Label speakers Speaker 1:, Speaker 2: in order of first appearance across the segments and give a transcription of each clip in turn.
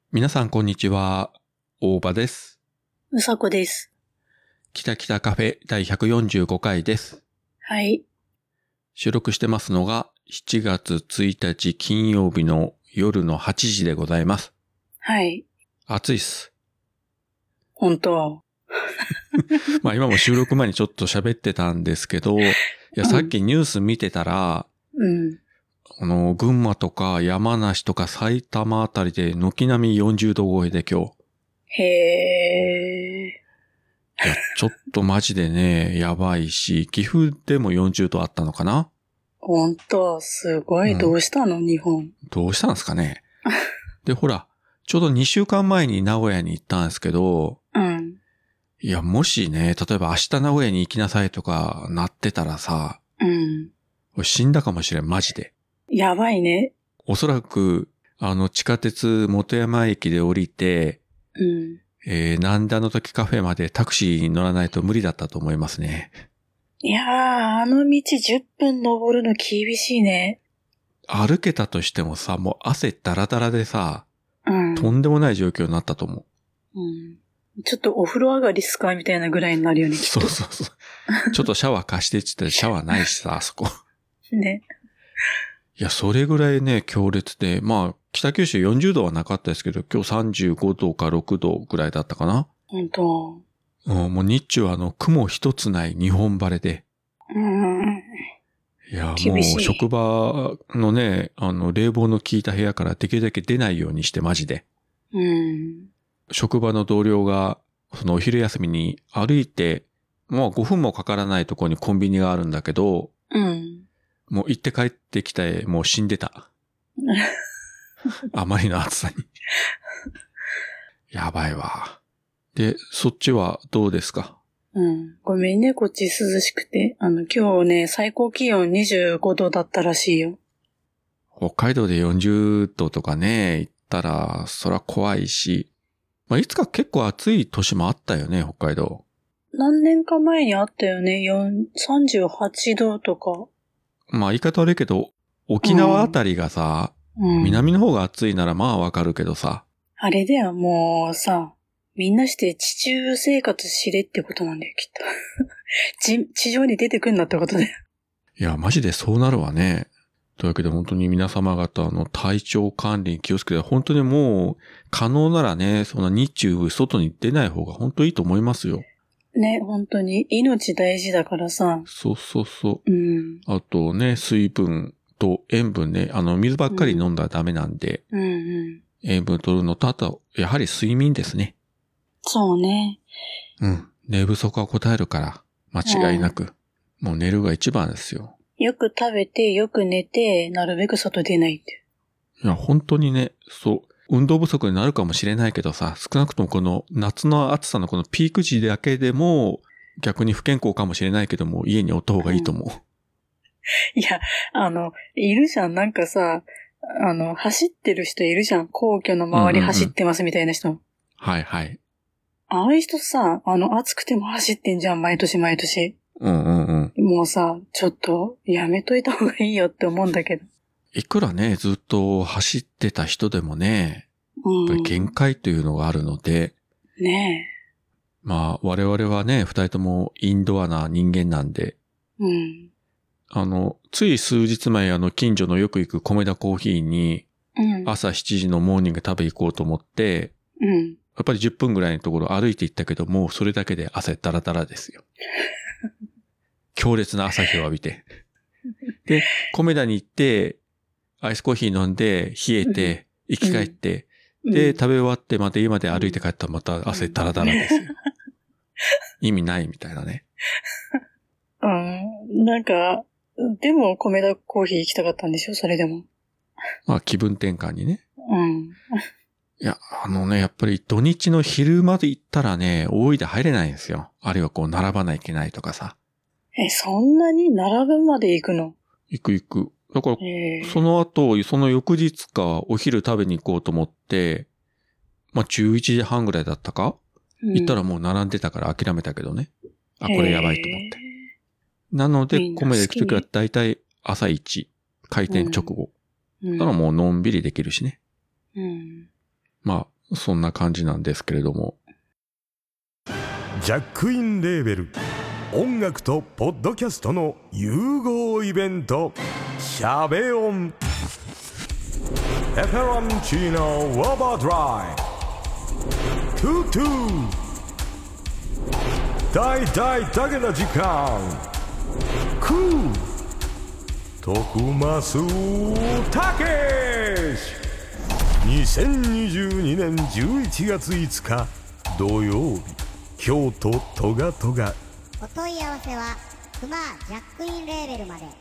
Speaker 1: 皆さんこんにちは。大場です。
Speaker 2: うさこです。
Speaker 1: きたきたカフェ第145回です。
Speaker 2: はい。
Speaker 1: 収録してますのが7月1日金曜日の夜の8時でございます。
Speaker 2: はい。
Speaker 1: 暑いっす。
Speaker 2: 本当。
Speaker 1: まあ今も収録前にちょっと喋ってたんですけど、さっきニュース見てたら、群馬とか山梨とか埼玉あたりで軒並み40度超えで今日。
Speaker 2: へー。
Speaker 1: いや、ちょっとマジでね、やばいし、岐阜でも40度あったのかな？
Speaker 2: 本当、すごい。どうしたの、日本。
Speaker 1: どうしたんですかね。で、ほら、ちょうど2週間前に名古屋に行ったんですけど、いや、もしね、例えば明日名古屋に行きなさいとかなってたらさ、死んだかもしれん、マジで。
Speaker 2: やばいね。
Speaker 1: おそらく、地下鉄元山駅で降りて、なんであの時カフェまでタクシーに乗らないと無理だったと思いますね。
Speaker 2: いやー、あの道10分登るの厳しいね。
Speaker 1: 歩けたとしてもさ、もう汗ダラダラでさ、とんでもない状況になったと思う。
Speaker 2: ちょっとお風呂上がりっすかみたいなぐらいになるよね。
Speaker 1: そうそうそう。ちょっとシャワー貸してって言ってシャワーないしさ、あそこ。
Speaker 2: ね。
Speaker 1: いや、それぐらいね、強烈で、まあ、北九州40度はなかったですけど、今日35度か6度ぐらいだったかな。
Speaker 2: 本当。
Speaker 1: もう日中は雲一つない日本晴れで。いや、もう職場のね、冷房の効いた部屋からできるだけ出ないようにしてマジで。職場の同僚が、そのお昼休みに歩いて、もう5分もかからないところにコンビニがあるんだけど、もう行って帰ってきて、もう死んでた。あまりの暑さに。やばいわ。で、そっちはどうですか？
Speaker 2: ごめんね、こっち涼しくて。今日ね、最高気温25度だったらしいよ。
Speaker 1: 北海道で40度とかね、行ったら、そら怖いし。まあ、いつか結構暑い年もあったよね、北海道。
Speaker 2: 何年か前にあったよね。38度とか。
Speaker 1: まあ言い方悪いけど、沖縄あたりがさ、南の方が暑いならまあわかるけどさ。
Speaker 2: あれだよ、もうさ、みんなして地中生活しれってことなんだよ、きっと。地上に出てくんなってことだよ。
Speaker 1: いや、マジでそうなるわね。というわけで本当に皆様方の体調管理に気をつけて、本当にもう可能ならね、そんな日中外に出ない方が本当いいと思いますよ。
Speaker 2: ね、本当に命大事だからさ。
Speaker 1: そうそうそう。あとね、水分と塩分ね、水ばっかり飲んだらダメなんで、塩分取るのと、あと、やはり睡眠ですね。
Speaker 2: そうね。
Speaker 1: 寝不足は答えるから、間違いなく。もう寝るが一番ですよ。
Speaker 2: よく食べて、よく寝て、なるべく外出ないって。
Speaker 1: いや、本当にね、そう。運動不足になるかもしれないけどさ、少なくともこの夏の暑さのこのピーク時だけでも、逆に不健康かもしれないけども、家におった方がいいと思う。
Speaker 2: いや、いるじゃん。なんかさ、走ってる人いるじゃん。皇居の周り走ってますみたいな人。
Speaker 1: はいはい。
Speaker 2: ああいう人さ、暑くても走ってんじゃん、毎年毎年。もうさ、ちょっと、やめといた方がいいよって思うんだけど。
Speaker 1: いくらね、ずっと走ってた人でもね、やっぱり限界というのがあるので、
Speaker 2: ねえ。
Speaker 1: まあ、我々はね、二人ともインドアな人間なんで、つい数日前近所のよく行く米田コーヒーに、朝7時のモーニング食べ行こうと思って、やっぱり10分ぐらいのところ歩いて行ったけども、それだけで汗ダラダラですよ。強烈な朝日を浴びて。で、米田に行って、アイスコーヒー飲んで、冷えて、生き返って、で、食べ終わってまた家まで歩いて帰ったらまた汗ダラダラですよ。意味ないみたいなね。
Speaker 2: なんか、でも米田コーヒー行きたかったんでしょそれでも。
Speaker 1: まあ気分転換にね。いや、やっぱり土日の昼まで行ったらね、大井で入れないんですよ。あるいはこう並ばないといけないとかさ。
Speaker 2: そんなに並ぶまで行くの？
Speaker 1: 行く。だから、その後、その翌日かお昼食べに行こうと思って、まあ11時半ぐらいだったか、行ったらもう並んでたから諦めたけどね。これやばいと思って。なので、米で行くときはだいたい朝一、開店直後。だからもうのんびりできるしね。まあ、 そんな感じなんですけれども。
Speaker 3: ジャックインレーベル音楽とポッドキャストの融合イベントシャベオンペペロンチーノウォーバードライトゥトゥ大大だけの時間クー徳増たけし2022年11月5日土曜日京都トガトガ
Speaker 4: お問い合わせはクマジャックインレーベルまで。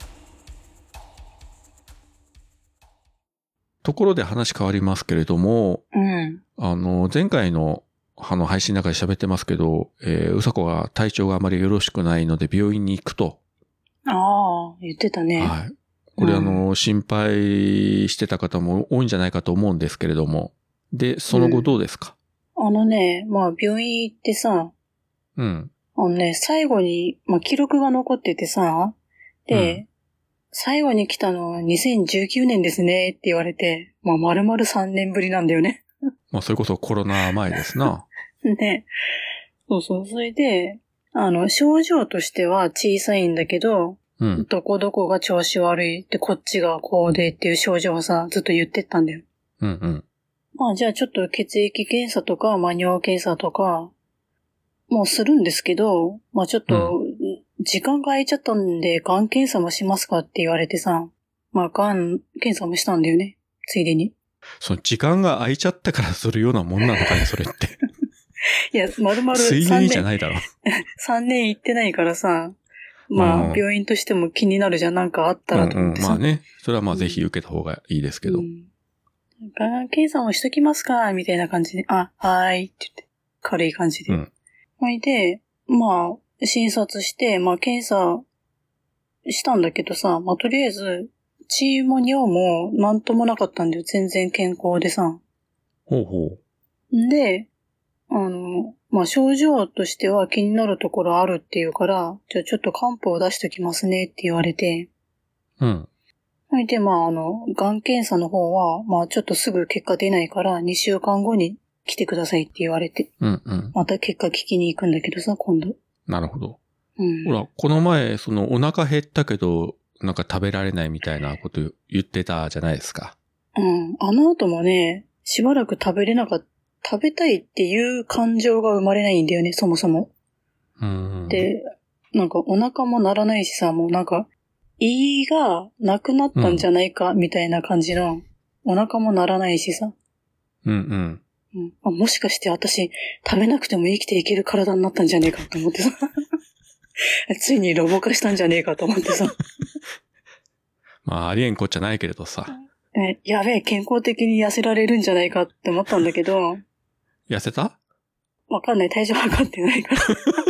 Speaker 1: ところで話変わりますけれども、
Speaker 2: うん、
Speaker 1: 前回の配信の中で喋ってますけど、うさこが体調があまりよろしくないので病院に行くと。
Speaker 2: ああ、言ってたね。
Speaker 1: はい。これ心配してた方も多いんじゃないかと思うんですけれども。で、その後どうですか？
Speaker 2: まあ病院行ってさ、
Speaker 1: うん。
Speaker 2: 最後に、記録が残っててさ、で、最後に来たのは2019年ですねって言われて、丸々3年ぶりなんだよね。
Speaker 1: それこそコロナ前ですな。
Speaker 2: ね。そうそう。それで、症状としては小さいんだけど、どこどこが調子悪いって、こっちがこうでっていう症状をさ、ずっと言ってったんだよ。じゃあちょっと血液検査とか、尿検査とか、もうするんですけど、ちょっと、時間が空いちゃったんで、がん検査もしますかって言われてさ、がん検査もしたんだよね。ついでに。
Speaker 1: その時間が空いちゃったからするようなもんなのかね、それって。
Speaker 2: いや、丸々
Speaker 1: ついでにじゃないだろ。
Speaker 2: 3年行ってないからさ、病院としても気になるじゃん、なんかあったらと思ってさ。
Speaker 1: それはぜひ受けた方がいいですけど。
Speaker 2: がん検査もしときますかみたいな感じで、はーいって言って、軽い感じで。で、診察して、検査したんだけどさ、とりあえず、血も尿もなんともなかったんだよ。全然健康でさ。
Speaker 1: ほうほう。
Speaker 2: で、症状としては気になるところあるっていうから、じゃあちょっと漢方を出しときますねって言われて。で、がん検査の方は、ちょっとすぐ結果出ないから2週間後に来てくださいって言われて。また結果聞きに行くんだけどさ、今度。
Speaker 1: なるほど。ほら、この前、お腹減ったけど、なんか食べられないみたいなこと言ってたじゃないですか。
Speaker 2: あの後もね、しばらく食べたいっていう感情が生まれないんだよね、そもそも。で、なんかお腹も鳴らないしさ、もうなんか、胃がなくなったんじゃないか、みたいな感じの、お腹も鳴らないしさ。もしかして私、食べなくても生きていける体になったんじゃねえかと思ってさ。ついにロボ化したんじゃねえかと思ってさ。
Speaker 1: ありえんこっちゃないけれどさ。
Speaker 2: やべえ、健康的に痩せられるんじゃないかって思ったんだけど。
Speaker 1: 痩せた？
Speaker 2: わかんない。体重測ってないから。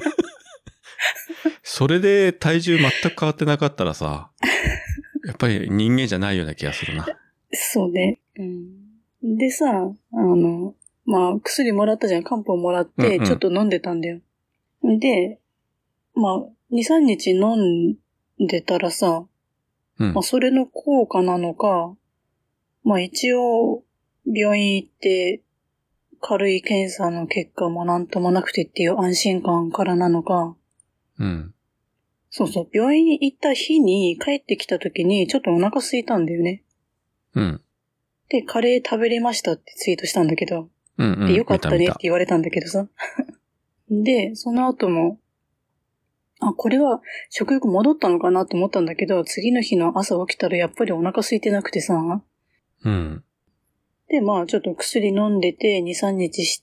Speaker 1: それで体重全く変わってなかったらさ、やっぱり人間じゃないような気がするな。
Speaker 2: そうね。でさ、薬もらったじゃん。漢方もらって、ちょっと飲んでたんだよ。で、2、3日飲んでたらさ、それの効果なのか、一応、病院行って、軽い検査の結果もなんともなくてっていう安心感からなのか、そうそう、病院に行った日に帰ってきた時にちょっとお腹空いたんだよね。で、カレー食べれましたってツイートしたんだけど、で、よかったねって言われたんだけどさ。で、その後も、これは食欲戻ったのかなと思ったんだけど、次の日の朝起きたらやっぱりお腹空いてなくてさ。で、ちょっと薬飲んでて2、3日して、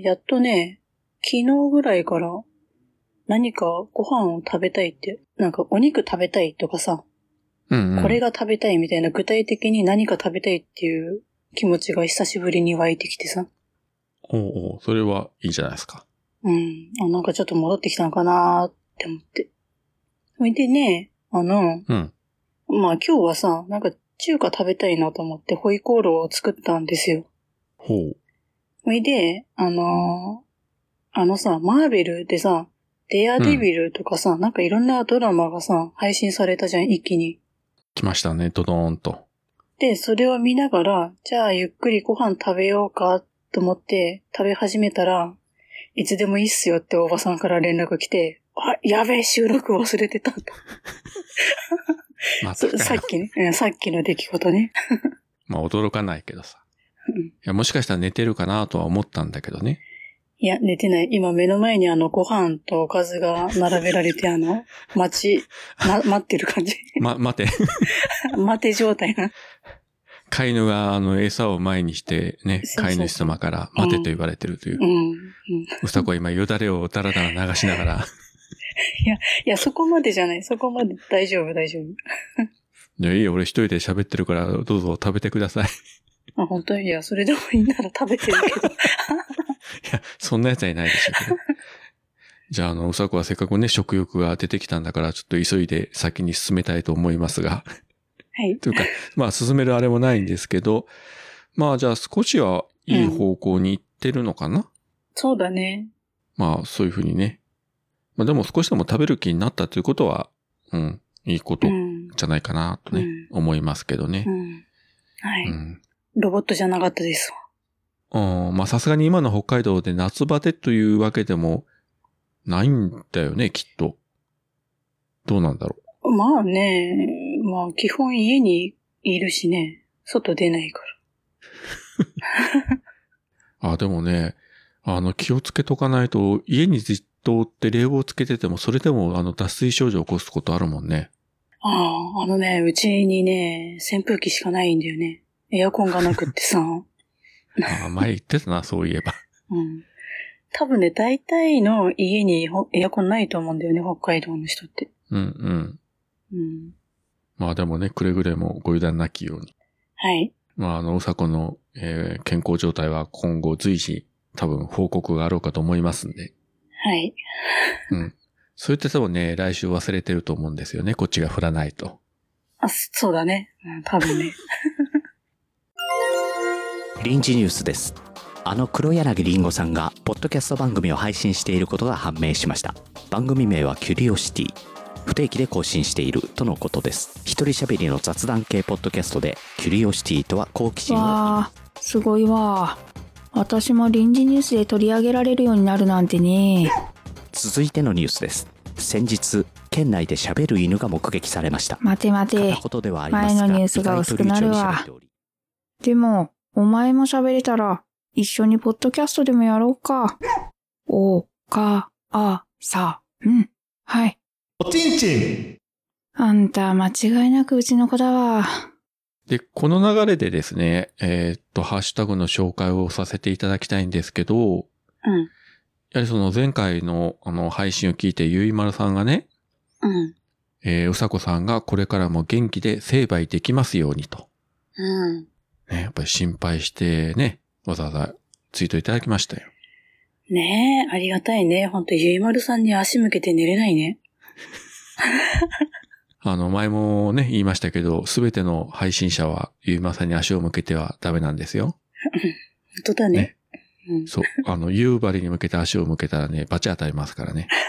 Speaker 2: やっとね、昨日ぐらいから何かご飯を食べたいって、なんかお肉食べたいとかさ、これが食べたいみたいな具体的に何か食べたいっていう気持ちが久しぶりに湧いてきてさ。
Speaker 1: それはいいじゃないですか。
Speaker 2: なんかちょっと戻ってきたのかなーって思って。それでね、今日はさ、なんか中華食べたいなと思ってホイコーローを作ったんですよ。それで、さ、マーベルでさ、デアデビルとかさ、なんかいろんなドラマがさ、配信されたじゃん、一気に。
Speaker 1: 来ましたね、ドドーンと。
Speaker 2: で、それを見ながら、じゃあゆっくりご飯食べようかとと思って食べ始めたら、いつでもいいっすよっておばさんから連絡来て、あ、やべえ、収録忘れてたと。さっきね、さっきの出来事ね。
Speaker 1: まあ驚かないけどさ。いや、もしかしたら寝てるかなとは思ったんだけどね。
Speaker 2: いや、寝てない。今目の前にご飯とおかずが並べられて待ってる感じ。
Speaker 1: 待て。
Speaker 2: 待て状態な。
Speaker 1: 飼い犬が餌を前にしてね、飼い主様から待てと言われてるという。うさこは今よだれをだらだら流しながら。
Speaker 2: いや、そこまでじゃない。そこまで大丈夫。
Speaker 1: いや、いいよ、俺一人で喋ってるから、どうぞ食べてください。
Speaker 2: あ、本当に？いや、それでもいいなら食べてるけど。い
Speaker 1: や、そんなやつはいないでしょうけど。じゃあ、うさこはせっかくね、食欲が出てきたんだから、ちょっと急いで先に進めたいと思いますが。
Speaker 2: はい。
Speaker 1: というか、まあ、進めるあれもないんですけど、まあ、じゃあ少しはいい方向に行ってるのかな？
Speaker 2: そうだね。
Speaker 1: まあ、そういうふうにね。まあ、でも少しでも食べる気になったということは、いいことじゃないかなとね、思いますけどね。
Speaker 2: はい。ロボットじゃなかったです
Speaker 1: わ。まあさすがに今の北海道で夏バテというわけでもないんだよね、きっと。どうなんだろ
Speaker 2: う。まあね、まあ基本家にいるしね、外出ないから。
Speaker 1: でもね、気をつけとかないと、家にずっとって冷房つけてても、それでも脱水症状を起こすことあるもんね。
Speaker 2: うちにね、扇風機しかないんだよね。エアコンがなくってさ。
Speaker 1: 前言ってたな、そういえば。
Speaker 2: 多分ね、大体の家にエアコンないと思うんだよね、北海道の人って。ま
Speaker 1: あでもね、くれぐれもご油断なきように。
Speaker 2: はい。
Speaker 1: まあうさこの、健康状態は今後随時多分報告があろうかと思いますんで。
Speaker 2: はい。
Speaker 1: そういった多分ね、来週忘れてると思うんですよね、こっちが振らないと。
Speaker 2: そうだね。多分ね。
Speaker 5: 臨時ニュースです。黒柳りんごさんがポッドキャスト番組を配信していることが判明しました。番組名はキュリオシティ。不定期で更新しているとのことです。一人喋りの雑談系ポッドキャストで、キュリオシティとは好奇心を。
Speaker 6: わー、すごいわ。私も臨時ニュースで取り上げられるようになるなんてね。
Speaker 5: 続いてのニュースです。先日、県内で喋る犬が目撃されました。
Speaker 6: 待て。前のニュースが薄くなるわ。でも、お前も喋れたら、一緒にポッドキャストでもやろうか。はい。
Speaker 3: おちんちん。
Speaker 6: あんた、間違いなくうちの子だわ。
Speaker 1: で、この流れでですね、ハッシュタグの紹介をさせていただきたいんですけど、やはりその前回の配信を聞いてゆいまるさんがね、うさこさんがこれからも元気で成敗できますようにと。ね、やっぱり心配してね、わざわざツイートいただきましたよ。
Speaker 2: ねえ、ありがたいね。ほんとゆいまるさんに足向けて寝れないね。
Speaker 1: 前もね、言いましたけど、すべての配信者はゆいまるさんに足を向けてはダメなんですよ。
Speaker 2: 本当だね。
Speaker 1: そう。夕張に向けて足を向けたらね、バチ当たりますからね。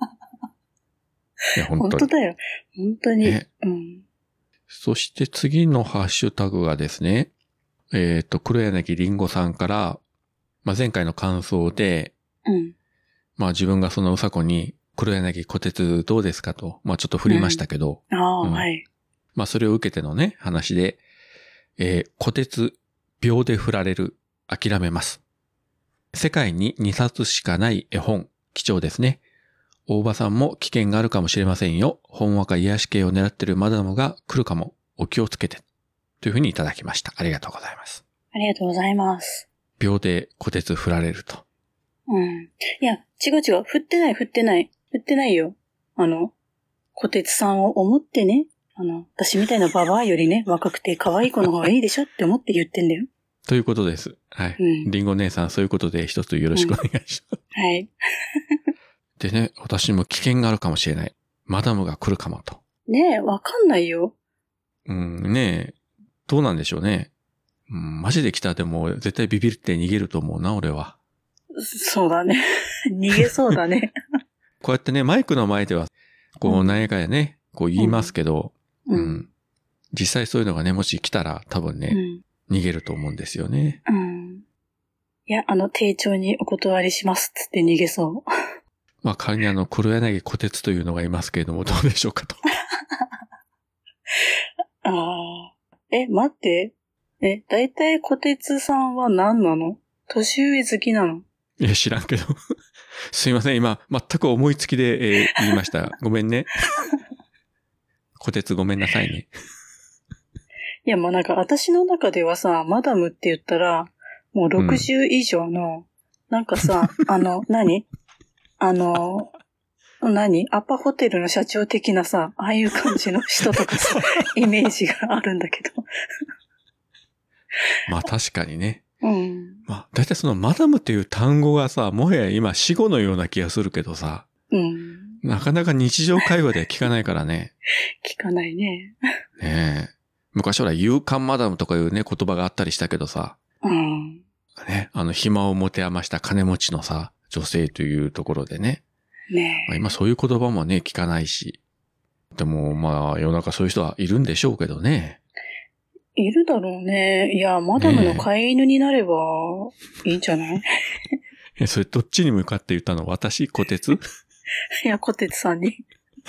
Speaker 1: いや、本当
Speaker 2: だよ。本当に。ね。
Speaker 1: そして次のハッシュタグがですね、黒柳りんごさんから、前回の感想で、自分がそのうさこに、黒柳小鉄どうですかと、ちょっと振りましたけど、
Speaker 2: はい。
Speaker 1: それを受けてのね、話で、小鉄、秒で振られる、諦めます。世界に2冊しかない絵本、貴重ですね。大場さんも危険があるかもしれませんよ。ほんわか癒し系を狙ってるマダムが来るかも。お気をつけて。というふうにいただきました。ありがとうございます。
Speaker 2: ありがとうございます。
Speaker 1: 秒で小鉄振られると。
Speaker 2: いや、違う。振ってないよ。小鉄さんを思ってね。私みたいなババアよりね、若くて可愛い子の方がいいでしょって思って言ってんだよ。
Speaker 1: ということです。はい。りんご姉さん、そういうことで一つよろしくお願いします。
Speaker 2: はい。
Speaker 1: でね、私も危険があるかもしれない。マダムが来るかもと。
Speaker 2: ねえ、わかんないよ。
Speaker 1: ねえ、どうなんでしょうね。マジで来たらでも絶対ビビって逃げると思うな、俺は。
Speaker 2: そうだね。逃げそうだね。
Speaker 1: こうやってね、マイクの前では、なんやかやね、言いますけど、実際そういうのがね、もし来たら多分ね、逃げると思うんですよね。
Speaker 2: いや、丁重にお断りしますつって逃げそう。
Speaker 1: まあ、仮に黒柳小鉄というのがいますけれども、どうでしょうかと。
Speaker 2: 待って。だいたい小鉄さんは何なの？年上好きなの？
Speaker 1: いや、知らんけど。すいません、今、全く思いつきで、言いました。ごめんね。小鉄ごめんなさいね。
Speaker 2: いや、まあなんか私の中ではさ、マダムって言ったら、もう60以上の、なんかさ、何アパホテルの社長的なさ、ああいう感じの人とかさ、イメージがあるんだけど。
Speaker 1: まあ確かにね。
Speaker 2: うん。
Speaker 1: まあ、だいたいそのマダムっていう単語がさ、もはや今死語のような気がするけどさ。
Speaker 2: うん。
Speaker 1: なかなか日常会話では聞かないからね。
Speaker 2: 聞かないね。
Speaker 1: ねえ。昔ほら、勇敢マダムとかいうね、言葉があったりしたけどさ。
Speaker 2: うん。
Speaker 1: ね、暇を持て余した金持ちのさ、女性というところでね。
Speaker 2: ねえ。
Speaker 1: まあ、今そういう言葉もね、聞かないし。でも、まあ、世の中そういう人はいるんでしょうけどね。
Speaker 2: いるだろうね。いや、マダムの飼い犬になればいいんじゃない？
Speaker 1: それどっちに向かって言ったの？私？小鉄？
Speaker 2: いや、小鉄さんに。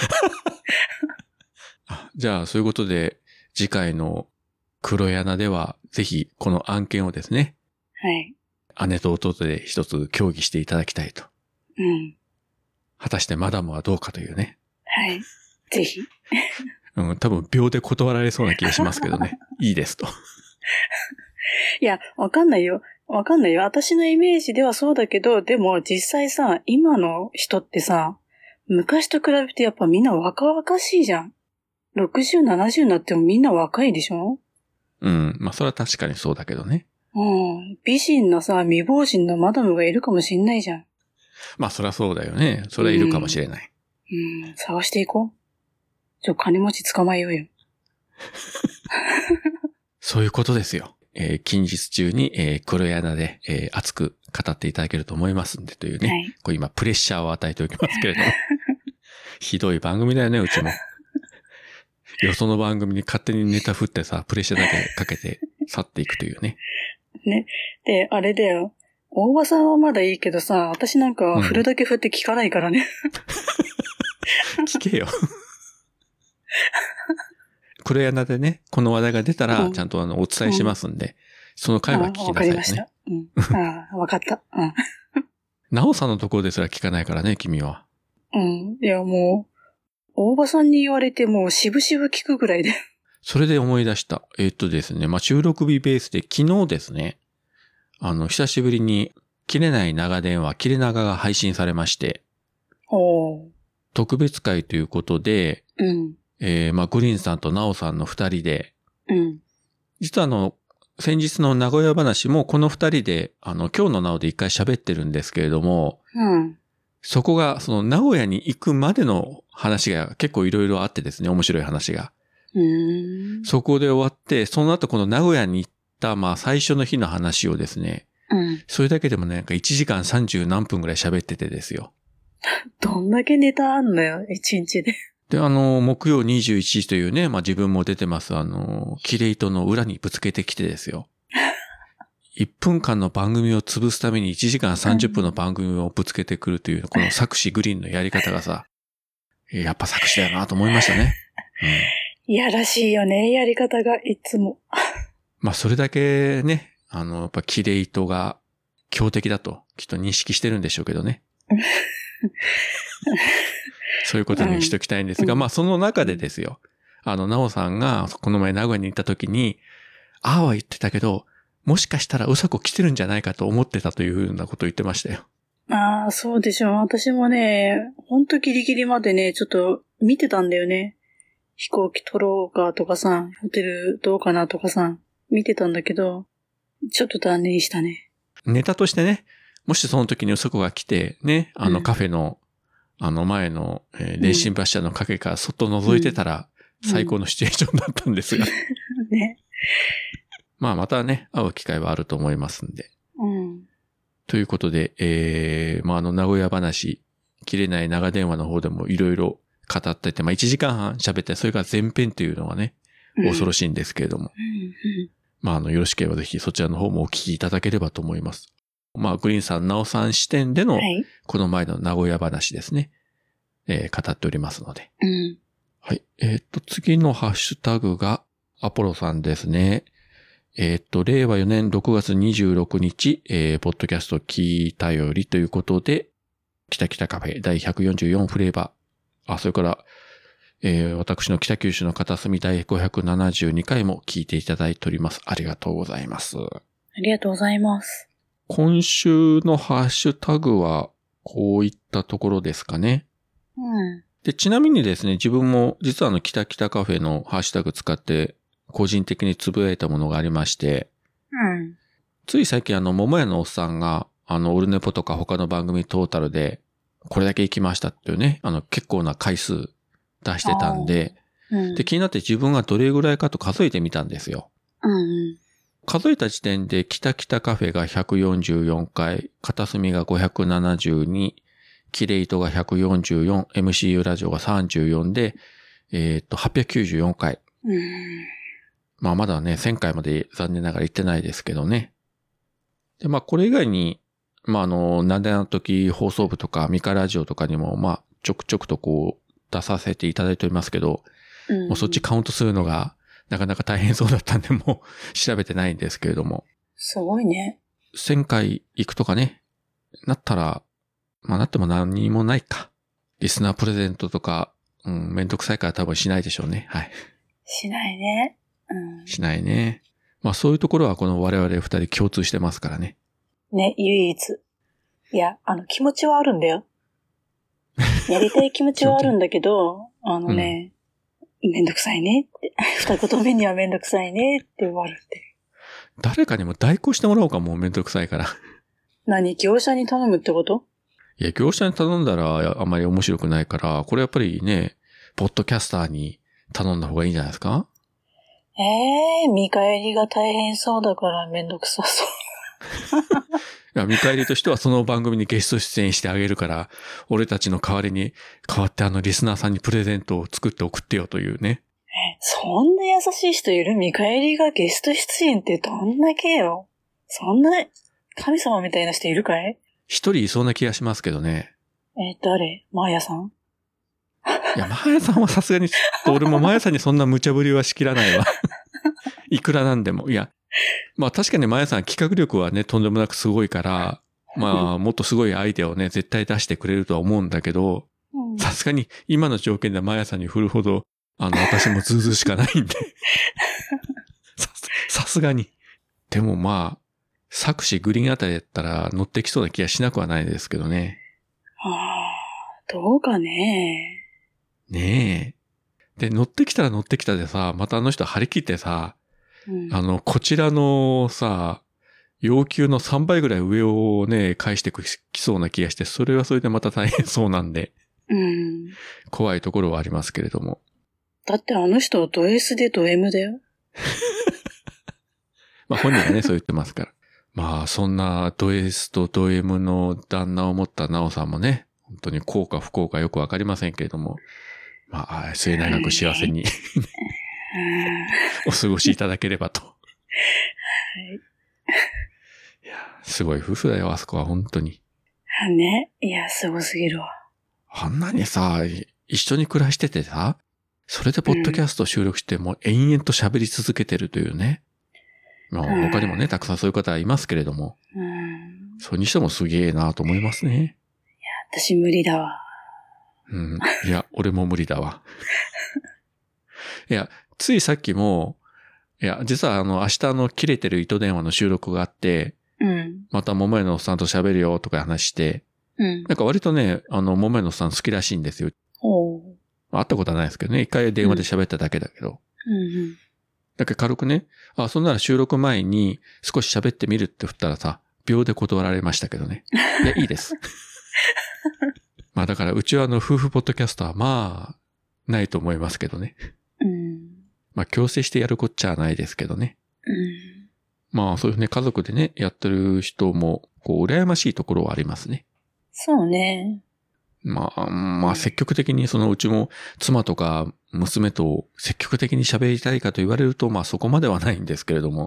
Speaker 1: じゃあ、そういうことで、次回の黒柳では、ぜひこの案件をですね。
Speaker 2: はい。
Speaker 1: 姉と弟で一つ協議していただきたいと。
Speaker 2: うん。
Speaker 1: 果たしてマダムはどうかというね。
Speaker 2: はい。ぜひ。
Speaker 1: 多分秒で断られそうな気がしますけどね。いいですと。
Speaker 2: いや、わかんないよ。私のイメージではそうだけど、でも実際さ、今の人ってさ、昔と比べてやっぱみんな若々しいじゃん。60、70になってもみんな若いでしょ？
Speaker 1: うん。まあ、それは確かにそうだけどね。
Speaker 2: うん。美人なさ、未亡人のマダムがいるかもしんないじゃん。
Speaker 1: まあ、そりゃそうだよね。それはいるかもしれない。
Speaker 2: 探していこう。金持ち捕まえようよ。
Speaker 1: そういうことですよ。近日中に、黒柳で、熱く語っていただけると思いますんでというね。はい、これ今プレッシャーを与えておきますけれども。ひどい番組だよね、うちも。よその番組に勝手にネタ振ってさ、プレッシャーだけかけて去っていくというね。
Speaker 2: ね。で、あれだよ。大場さんはまだいいけどさ、私なんか振るだけ振って聞かないからね。
Speaker 1: 聞けよ。黒柳でね、この話題が出たら、ちゃんとお伝えしますんで、その回は聞きなさいね。わかりました。
Speaker 2: わかった。
Speaker 1: なおさんのところですら聞かないからね、君は。
Speaker 2: いや、もう、大場さんに言われてもうしぶしぶ聞くぐらいで。
Speaker 1: それで思い出した。ですね、まあ、収録日ベースで昨日ですね、久しぶりに切れない長電話、切れ長が配信されまして、特別会ということで、まあ、グリーンさんとナオさんの二人で、実は先日の名古屋話もこの二人で、今日のナオで一回喋ってるんですけれども、そこが、その名古屋に行くまでの話が結構いろいろあってですね、面白い話が。そこで終わって、その後この名古屋に行った、まあ最初の日の話をですね、それだけでもね、なんか1時間30何分ぐらい喋っててですよ。
Speaker 2: どんだけネタあんのよ、1日で。
Speaker 1: で、木曜21時というね、まあ自分も出てます、キレイトの裏にぶつけてきてですよ。1分間の番組を潰すために1時間30分の番組をぶつけてくるという、この作詞グリーンのやり方がさ、やっぱ作詞だよなと思いましたね。
Speaker 2: いやらしいよね、やり方がいつも。
Speaker 1: まあそれだけね、やっぱキレイトが強敵だときっと認識してるんでしょうけどね。そういうことにしときたいんですが、まあその中でですよ。なおさんがこの前名古屋に行った時に、ああは言ってたけど、もしかしたらうさこ来てるんじゃないかと思ってたというふうなことを言ってましたよ。
Speaker 2: ああ、そうでしょう。私もね、ほんとギリギリまでね、ちょっと見てたんだよね。飛行機取ろうかとかさ、ホテルどうかなとかさ、見てたんだけど、ちょっと断念したね。
Speaker 1: ネタとしてね、もしその時にうさこが来て、ね、カフェの、前の、電信柱の陰からそっと覗いてたら、最高のシチュエーションだったんですが。
Speaker 2: ね。
Speaker 1: まあまたね、会う機会はあると思いますんで。ということで、まあ名古屋話、切れない長電話の方でもいろいろ語ってて、まあ1時間半喋って、それが前編っていうのはね、恐ろしいんですけれども。まあよろしければぜひそちらの方もお聞きいただければと思います。 まあ、グリーンさん、ナオさん視点での、この前の名古屋話ですね。語っておりますので。
Speaker 2: うん。
Speaker 1: はい。次のハッシュタグが、アポロさんですね。令和4年6月26日、ポッドキャスト聞いたよりということで、北北カフェ第144フレーバー。それから、私の北九州の片隅第572回も聞いていただいております。ありがとうございます。
Speaker 2: ありがとうございます。
Speaker 1: 今週のハッシュタグは、こういったところですかね。
Speaker 2: うん。
Speaker 1: で、ちなみにですね、自分も実は北北カフェのハッシュタグ使って個人的につぶやいたものがありまして、
Speaker 2: うん。
Speaker 1: つい最近桃屋のおっさんが、オルネポとか他の番組トータルで、これだけ行きましたっていうね、結構な回数出してたんで、
Speaker 2: うん、
Speaker 1: で、気になって自分がどれぐらいかと数えてみたんですよ。
Speaker 2: うん。
Speaker 1: 数えた時点で北北カフェが144回、片隅が572、キレイトが144、MCU ラジオが34で、894回。まあまだね、1000回まで残念ながら行ってないですけどね。で、まあこれ以外に、まあなんであの時放送部とかミカラジオとかにも、まあちょくちょくとこう出させていただいておりますけど、もうそっちカウントするのがなかなか大変そうだったんで、もう調べてないんですけれども。
Speaker 2: すごいね。
Speaker 1: 1000回行くとかね、なったら、まあなっても何もないか。リスナープレゼントとか、めんどくさいから多分しないでしょうね。はい。
Speaker 2: しないね。
Speaker 1: しないね。まあそういうところはこの我々二人共通してますからね。
Speaker 2: ね、唯一。いや、気持ちはあるんだよ。やりたい気持ちはあるんだけど、めんどくさいねって。二言目にはめんどくさいねって終わるって。
Speaker 1: 誰かにも代行してもらおうか、もうめんどくさいから。
Speaker 2: 何、業者に頼むってこと？
Speaker 1: いや、業者に頼んだらあんまり面白くないから、これやっぱりね、ポッドキャスターに頼んだ方がいいんじゃないですか？
Speaker 2: 見返りが大変そうだからめんどくさそう。
Speaker 1: いや、見返りとしてはその番組にゲスト出演してあげるから、俺たちの代わりに代わってリスナーさんにプレゼントを作って送ってよというね。
Speaker 2: そんな優しい人いる？見返りがゲスト出演ってどんだけよ。そんな神様みたいな人いるかい？
Speaker 1: 一人いそうな気がしますけどね。
Speaker 2: 誰？マーヤさん？
Speaker 1: いや、マーヤさんはさすがに、俺もマーヤさんにそんな無茶ぶりはしきらないわ。いくらなんでも。いや、まあ確かにマーヤさん企画力はね、とんでもなくすごいから、まあもっとすごいアイデアをね、絶対出してくれるとは思うんだけど、さすがに今の条件でマーヤさんに振るほど、私もズーズーしかないんで。さすがに。でもまあ、作詞グリーンあたりだったら乗ってきそうな気がしなくはないですけどね。
Speaker 2: どうかね。
Speaker 1: ねえ。で、乗ってきたら乗ってきたでさ、またあの人張り切ってさ、こちらのさ、要求の3倍ぐらい上をね、返してきそうな気がして、それはそれでまた大変そうなんで、怖いところはありますけれども。
Speaker 2: だってあの人ド S でド M だよ。
Speaker 1: まあ本人がね、そう言ってますから。まあそんなド S とド M の旦那を持ったナオさんもね、本当に幸か不幸かよくわかりませんけれども、まあ末永く幸せにお過ごしいただければと。はい。いや、すごい夫婦だよ、あそこは本当に。
Speaker 2: ね。いや、すごすぎるわ。
Speaker 1: あんなにさ、一緒に暮らしててさ、それでポッドキャスト収録してもう延々と喋り続けてるというね。まあ他にもね、たくさんそういう方はいますけれども。それにしてもすげえなと思いますね。いや、
Speaker 2: 私無理だわ。
Speaker 1: いや、俺も無理だわ。いや、ついさっきも、いや、実は明日切れてる糸電話の収録があって、また桃屋のおっさんと喋るよとか話して、なんか割とね、桃屋のおっさん好きらしいんですよ。会ったことはないですけどね、一回電話で喋っただけだけど。だけど軽くね、そんなら収録前に少し喋ってみるって振ったらさ、秒で断られましたけどね。いや、いいです。まあだからうちは夫婦ポッドキャストはまあ、ないと思いますけどね。まあ強制してやるこっちゃないですけどね。まあそういうね、家族でね、やってる人も、羨ましいところはありますね。
Speaker 2: そうね。
Speaker 1: まあ積極的にうちも妻とか娘と積極的に喋りたいかと言われると、まあそこまではないんですけれども。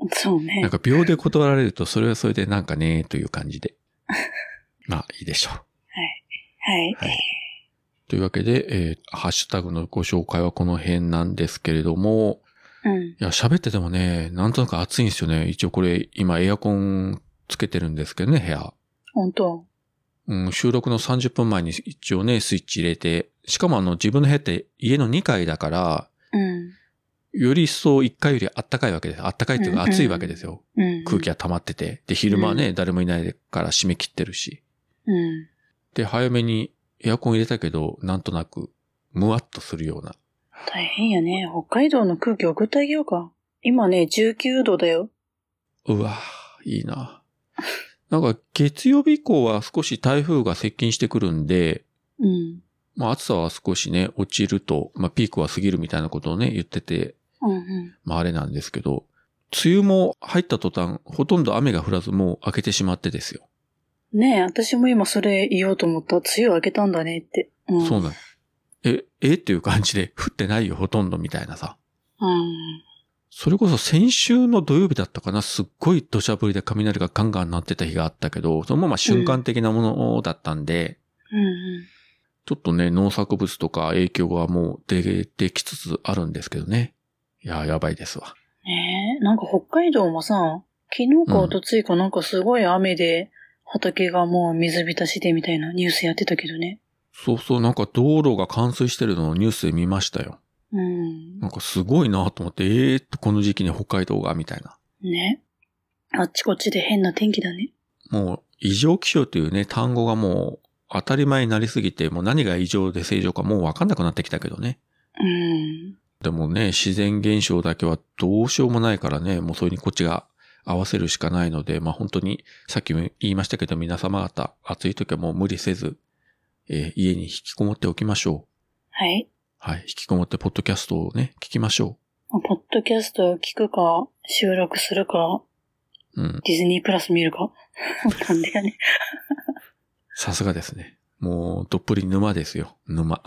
Speaker 2: そうね。
Speaker 1: なんか秒で断られるとそれはそれでなんかねという感じで。まあいいでしょう。
Speaker 2: はい。はい。
Speaker 1: というわけで、ハッシュタグのご紹介はこの辺なんですけれども、いや、喋っててもね、なんとなく暑いんですよね。一応これ、今エアコンつけてるんですけどね、部屋。
Speaker 2: 本当？
Speaker 1: 収録の30分前に一応ね、スイッチ入れて、しかも自分の部屋って家の2階だから、より一層1階より暖かいわけです。暖かいっていうか暑いわけですよ。空気が溜まってて。で、昼間はね、誰もいないから締め切ってるし。で、早めにエアコン入れたけど、なんとなく、むわっとするような。
Speaker 2: 大変やね。北海道の空気送ってあげようか。今ね、19度だよ。
Speaker 1: うわ、いいな。なんか、月曜日以降は少し台風が接近してくるんで、まあ暑さは少しね、落ちると、まあピークは過ぎるみたいなことをね、言ってて、まああれなんですけど、梅雨も入った途端、ほとんど雨が降らずもう明けてしまってですよ。
Speaker 2: ねえ、私も今それ言おうと思った。梅雨明けたんだねって。
Speaker 1: そうなん。っていう感じで、降ってないよ、ほとんどみたいなさ。それこそ先週の土曜日だったかな、すっごい土砂降りで雷がガンガン鳴ってた日があったけど、そのまま瞬間的なものだったんで、ちょっとね、農作物とか影響がもう出てきつつあるんですけどね。いや、やばいですわ。
Speaker 2: ねえ、なんか北海道もさ、昨日か一昨日かなんかすごい雨で、畑がもう水浸しでみたいなニュースやってたけどね。
Speaker 1: そうそう、なんか道路が冠水してるのをニュースで見ましたよ。なんかすごいなと思って、この時期に北海道が、みたいな。
Speaker 2: ね。あっちこっちで変な天気だね。
Speaker 1: もう、異常気象というね、単語がもう当たり前になりすぎて、もう何が異常で正常かもうわかんなくなってきたけどね。でもね、自然現象だけはどうしようもないからね、もうそれにこっちが合わせるしかないので、まあ本当に、さっきも言いましたけど、皆様方、暑い時はもう無理せず、家に引きこもっておきましょう。
Speaker 2: はい。
Speaker 1: はい。引きこもってポッドキャストをね、聞きましょ
Speaker 2: う。ポッドキャストを聞くか、収録するか、ディズニープラス見るか。なんでやね。
Speaker 1: さすがですね。もう、どっぷり沼ですよ。沼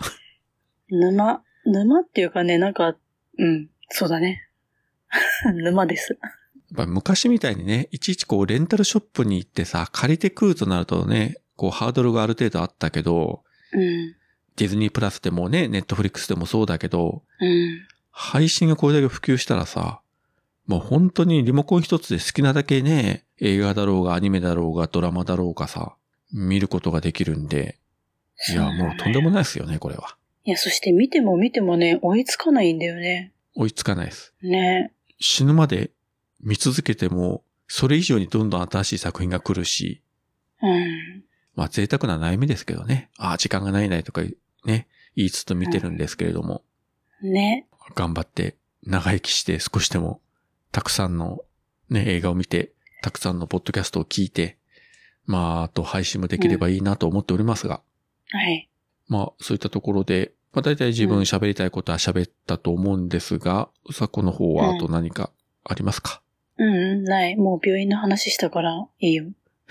Speaker 2: っていうかね、なんか、そうだね。沼です。
Speaker 1: やっぱ昔みたいにね、いちいちこうレンタルショップに行ってさ、借りて食うとなるとね、こうハードルがある程度あったけど、ディズニープラスでもね、ネットフリックスでもそうだけど、配信がこれだけ普及したらさ、もう本当にリモコン一つで好きなだけね、映画だろうがアニメだろうがドラマだろうがさ、見ることができるんで、いや、もうとんでもないですよね、これは。
Speaker 2: いや、そして見てもね、追いつかないんだよね。
Speaker 1: 追いつかないです。
Speaker 2: ね。
Speaker 1: 死ぬまで見続けても、それ以上にどんどん新しい作品が来るし、まあ贅沢な悩みですけどね。時間がないとかね、言いつつ見てるんですけれども。
Speaker 2: ね。
Speaker 1: 頑張って長生きして少しでもたくさんのね、映画を見て、たくさんのポッドキャストを聞いて、まあ、あと配信もできればいいなと思っておりますが。
Speaker 2: はい。
Speaker 1: まあ、そういったところで、まあ大体自分喋りたいことは喋ったと思うんですが、うさこの方はあと何かありますか？
Speaker 2: ない。もう病院の話したからいいよ。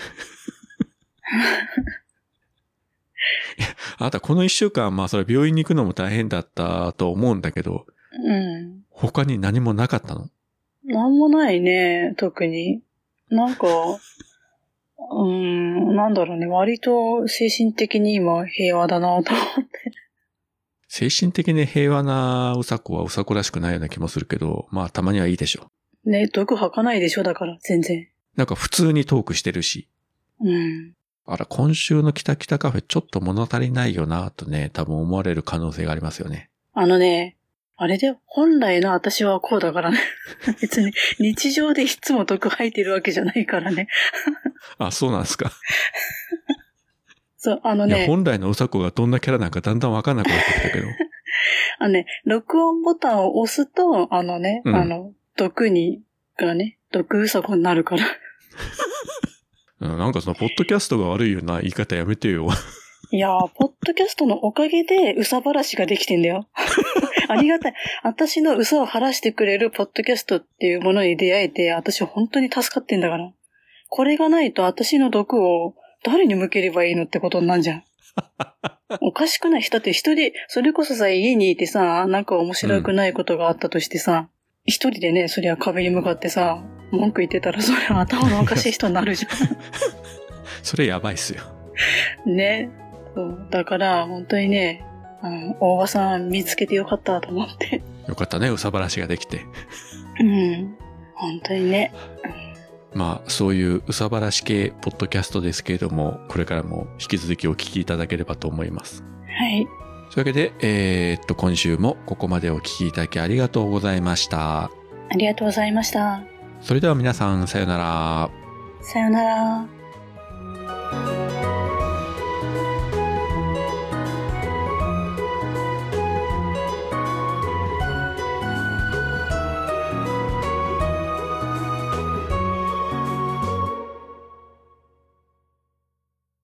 Speaker 1: あなたこの一週間、まあそれ病院に行くのも大変だったと思うんだけど、他に何もなかったの？
Speaker 2: なんもないね、特に。なんか、なんだろうね、割と精神的に今平和だなと思って。
Speaker 1: 精神的に平和なうさこはうさこらしくないような気もするけど、まあたまにはいいでしょ。
Speaker 2: ね、毒吐かないでしょ、だから、全然。
Speaker 1: なんか普通にトークしてるし。あら、今週のキタキタカフェちょっと物足りないよなとね、多分思われる可能性がありますよね。
Speaker 2: あれで本来の私はこうだからね。別に日常でいつも毒吐いてるわけじゃないからね。
Speaker 1: あ、そうなんですか。
Speaker 2: そう、
Speaker 1: いや、本来のうさこがどんなキャラなんかだんだんわかんなくなってきたけど。
Speaker 2: 録音ボタンを押すと、毒うさこになるから。
Speaker 1: なんかその、ポッドキャストが悪いような言い方やめてよ。
Speaker 2: いやー、ポッドキャストのおかげで、うさばらしができてんだよ。ありがたい。私のうさを晴らしてくれるポッドキャストっていうものに出会えて、私本当に助かってんだから。これがないと私の毒を誰に向ければいいのってことになんじゃん。おかしくない？だって一人、それこそさ、家にいてさ、なんか面白くないことがあったとしてさ、一人でね、そりゃ壁に向かってさ、 文句言ってたらそれは頭のおかしい人になるじゃ
Speaker 1: それやばいっすよ。
Speaker 2: ね。そうだから本当にね、大場さん見つけてよかったと思って。
Speaker 1: よかったね、うさばらしができて。
Speaker 2: うん。本当にね。
Speaker 1: まあそういううさばらし系ポッドキャストですけれども、これからも引き続きお聞きいただければと思います。
Speaker 2: はい。
Speaker 1: というわけで、今週もここまでお聞きいただきありがとうございました。
Speaker 2: ありがとうございました。
Speaker 1: それでは皆さん、さよなら。
Speaker 2: さよなら。